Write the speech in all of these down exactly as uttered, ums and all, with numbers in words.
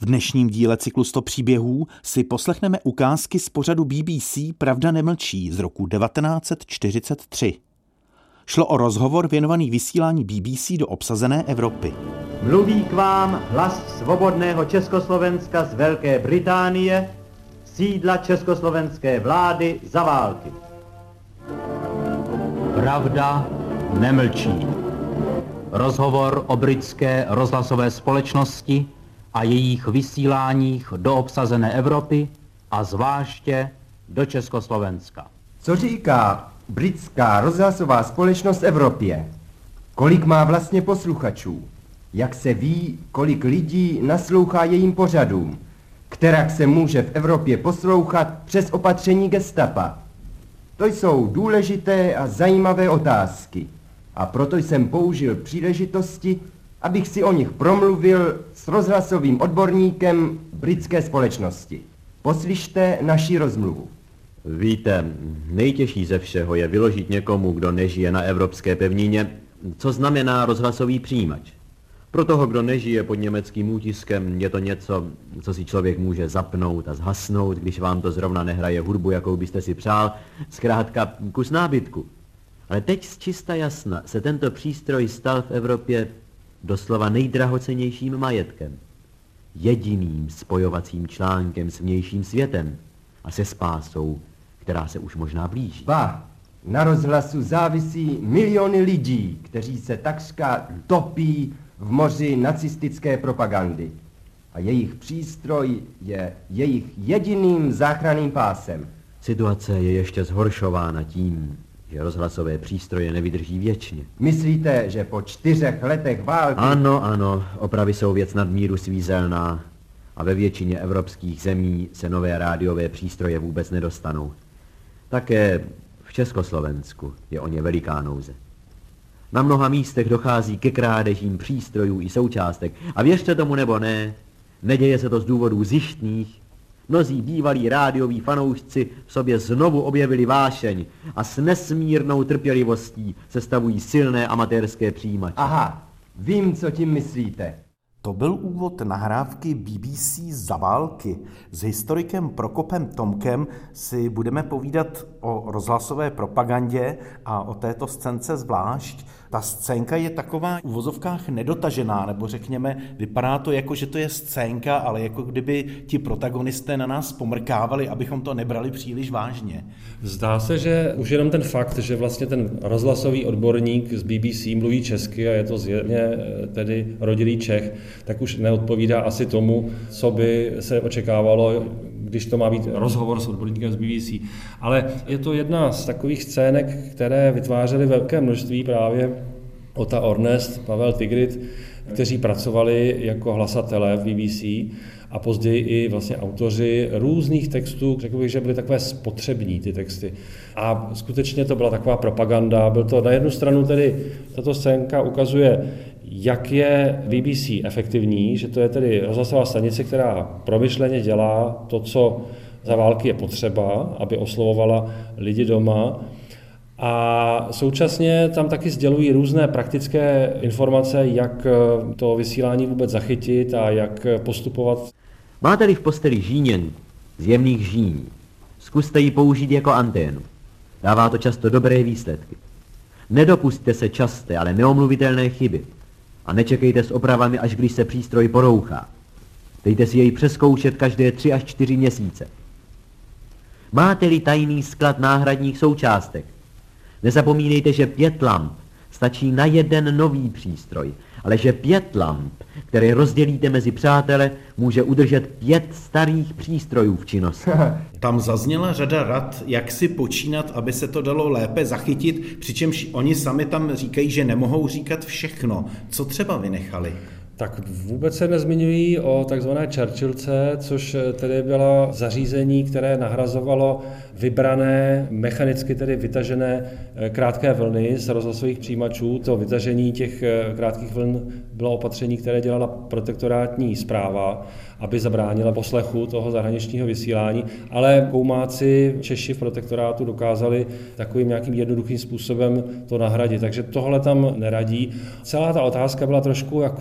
V dnešním díle cyklu sto příběhů si poslechneme ukázky z pořadu B B C Pravda nemlčí z roku devatenáct set čtyřicet tři. Šlo o rozhovor věnovaný vysílání B B C do obsazené Evropy. Mluví k vám hlas svobodného Československa z Velké Británie, sídla československé vlády za války. Pravda nemlčí. Rozhovor o britské rozhlasové společnosti a jejich vysíláních do obsazené Evropy a zvláště do Československa. Co říká britská rozhlasová společnost v Evropě? Kolik má vlastně posluchačů? Jak se ví, kolik lidí naslouchá jejím pořadům? Kterak se může v Evropě poslouchat přes opatření gestapa? To jsou důležité a zajímavé otázky. A proto jsem použil příležitosti, abych si o nich promluvil s rozhlasovým odborníkem britské společnosti. Poslyšte naši rozmluvu. Víte, nejtěžší ze všeho je vyložit někomu, kdo nežije na evropské pevnině, co znamená rozhlasový přijímač. Pro toho, kdo nežije pod německým útiskem, je to něco, co si člověk může zapnout a zhasnout, když vám to zrovna nehraje hudbu, jakou byste si přál, zkrátka kus nábytku. Ale teď z čista jasna se tento přístroj stal v Evropě doslova nejdrahocennějším majetkem. Jediným spojovacím článkem s vnějším světem a se spásou, která se už možná blíží. Ba, na rozhlasu závisí miliony lidí, kteří se takřka topí v moři nacistické propagandy. A jejich přístroj je jejich jediným záchranným pásem. Situace je ještě zhoršována tím, že rozhlasové přístroje nevydrží věčně. Myslíte, že po čtyřech letech války... Ano, ano, opravy jsou věc nadmíru svízelná a ve většině evropských zemí se nové rádiové přístroje vůbec nedostanou. Také v Československu je o ně veliká nouze. Na mnoha místech dochází ke krádežím přístrojů i součástek. A věřte tomu nebo ne, neděje se to z důvodů zištných. Mnozí bývalí rádioví fanoušci v sobě znovu objevili vášeň a s nesmírnou trpělivostí sestavují silné amatérské přijímače. Aha, vím, co tím myslíte. To byl úvod nahrávky B B C za války. S historikem Prokopem Tomkem si budeme povídat o rozhlasové propagandě a o této scénce zvlášť. Ta scénka je taková v uvozovkách nedotažená, nebo řekněme, vypadá to jako, že to je scénka, ale jako kdyby ti protagonisté na nás pomrkávali, abychom to nebrali příliš vážně. Zdá se, že už jenom ten fakt, že vlastně ten rozhlasový odborník z B B C mluví česky a je to zjevně tedy rodilý Čech, tak už neodpovídá asi tomu, co by se očekávalo, když to má být rozhovor s odborníkem z B B C. Ale je to jedna z takových scének, které vytvářely velké množství právě Ota Ornest, Pavel Tigrit, kteří pracovali jako hlasatelé v B B C a později i vlastně autoři různých textů, řekl bych, že byly takové spotřební ty texty. A skutečně to byla taková propaganda. Byl to na jednu stranu tedy, tato scénka ukazuje, jak je B B C efektivní, že to je tedy rozhlasová stanice, která promyšleně dělá to, co za války je potřeba, aby oslovovala lidi doma. A současně tam taky sdělují různé praktické informace, jak to vysílání vůbec zachytit a jak postupovat. Máte-li v posteli žíněn z jemných žíní, zkuste ji použít jako anténu. Dává to často dobré výsledky. Nedopusťte se časté, ale neomluvitelné chyby. A nečekejte s opravami, až když se přístroj porouchá. Dejte si jej přezkoušet každé tři až čtyři měsíce. Máte-li tajný sklad náhradních součástek, nezapomínejte, že pět lamp stačí na jeden nový přístroj, ale že pět lamp, které rozdělíte mezi přátele, může udržet pět starých přístrojů v činnosti. Tam zazněla řada rad, jak si počínat, aby se to dalo lépe zachytit, přičemž oni sami tam říkají, že nemohou říkat všechno. Co třeba vynechali? Tak vůbec se nezmiňují o takzvané Churchillce, což tedy bylo zařízení, které nahrazovalo vybrané, mechanicky tedy vytažené krátké vlny z rozhlasových přijímačů. To vytažení těch krátkých vln bylo opatření, které dělala protektorátní správa, aby zabránila poslechu toho zahraničního vysílání, ale koumáci Češi v protektorátu dokázali takovým nějakým jednoduchým způsobem to nahradit, takže tohle tam neradí. Celá ta otázka byla trošku jako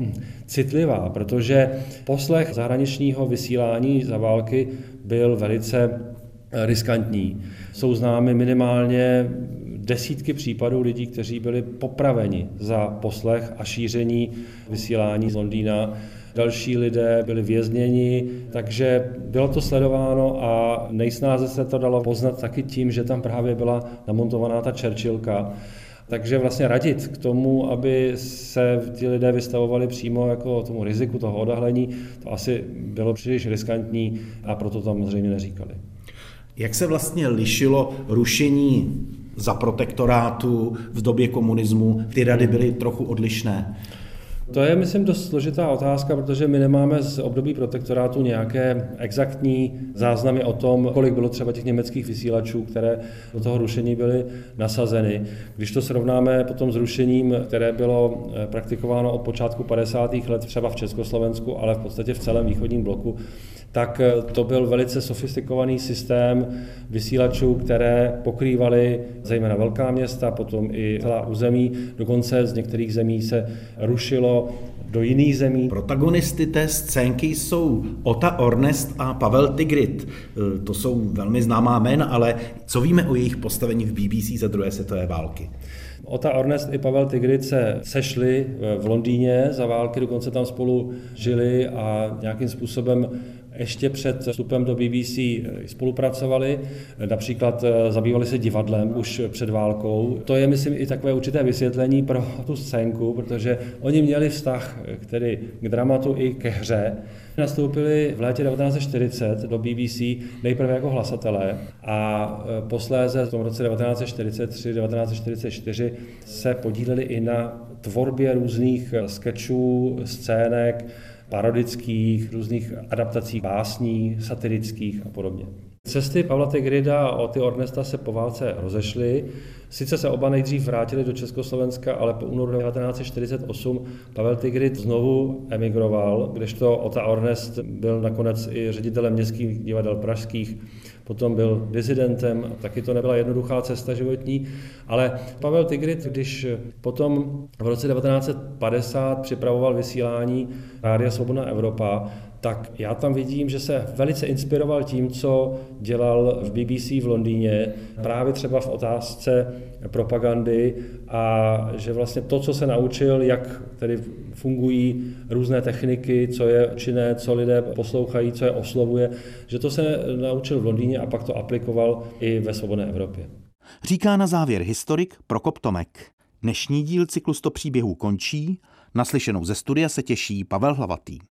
citlivá, protože poslech zahraničního vysílání za války byl velice riskantní. Jsou známy minimálně desítky případů lidí, kteří byli popraveni za poslech a šíření vysílání z Londýna. Další lidé byli vězněni, takže bylo to sledováno a nejsnáze se to dalo poznat taky tím, že tam právě byla namontovaná ta Churchillka. Takže vlastně radit k tomu, aby se ti lidé vystavovali přímo jako tomu riziku toho odahlení, to asi bylo příliš riskantní a proto tam zřejmě neříkali. Jak se vlastně lišilo rušení za protektorátu v době komunismu? Ty rady byly trochu odlišné. To je, myslím, dost složitá otázka, protože my nemáme z období protektorátu nějaké exaktní záznamy o tom, kolik bylo třeba těch německých vysílačů, které do toho rušení byly nasazeny. Když to srovnáme potom s rušením, které bylo praktikováno od počátku padesátých let třeba v Československu, ale v podstatě v celém východním bloku, tak to byl velice sofistikovaný systém vysílačů, které pokrývaly zejména velká města, potom i celá území. Dokonce z některých zemí se rušilo do jiných zemí. Protagonisty té scénky jsou Ota Ornest a Pavel Tigrit. To jsou velmi známá jména, ale co víme o jejich postavení v B B C za druhé světové války? Ota Ornest i Pavel Tigrit se sešli v Londýně za války, dokonce tam spolu žili a nějakým způsobem ještě před vstupem do B B C spolupracovali, například zabývali se divadlem už před válkou. To je, myslím, i takové určité vysvětlení pro tu scénku, protože oni měli vztah který k dramatu i ke hře. Nastoupili v létě devatenáct set čtyřicet do B B C nejprve jako hlasatelé a posléze v tom roce devatenáct set čtyřicet tři devatenáct set čtyřicet čtyři se podíleli i na tvorbě různých skečů, scének, parodických, různých adaptací básní, satirických a podobně. Cesty Pavla Tigrida a Oty Ornesta se po válce rozešly. Sice se oba nejdřív vrátili do Československa, ale po únoru devatenáct set čtyřicet osm Pavel Tigrit znovu emigroval, kdežto Ota Ornest byl nakonec i ředitelem městských divadel pražských, potom byl disidentem, taky to nebyla jednoduchá cesta životní, ale Pavel Tigrit, když potom v roce devatenáct set padesát připravoval vysílání Rádia Svobodná Evropa, tak já tam vidím, že se velice inspiroval tím, co dělal v B B C v Londýně, právě třeba v otázce propagandy a že vlastně to, co se naučil, jak tedy fungují různé techniky, co je činné, co lidé poslouchají, co je oslovuje, že to se naučil v Londýně a pak to aplikoval i ve Svobodné Evropě. Říká na závěr historik Prokop Tomek. Dnešní díl cyklu sto příběhů končí, naslyšenou ze studia se těší Pavel Hlavatý.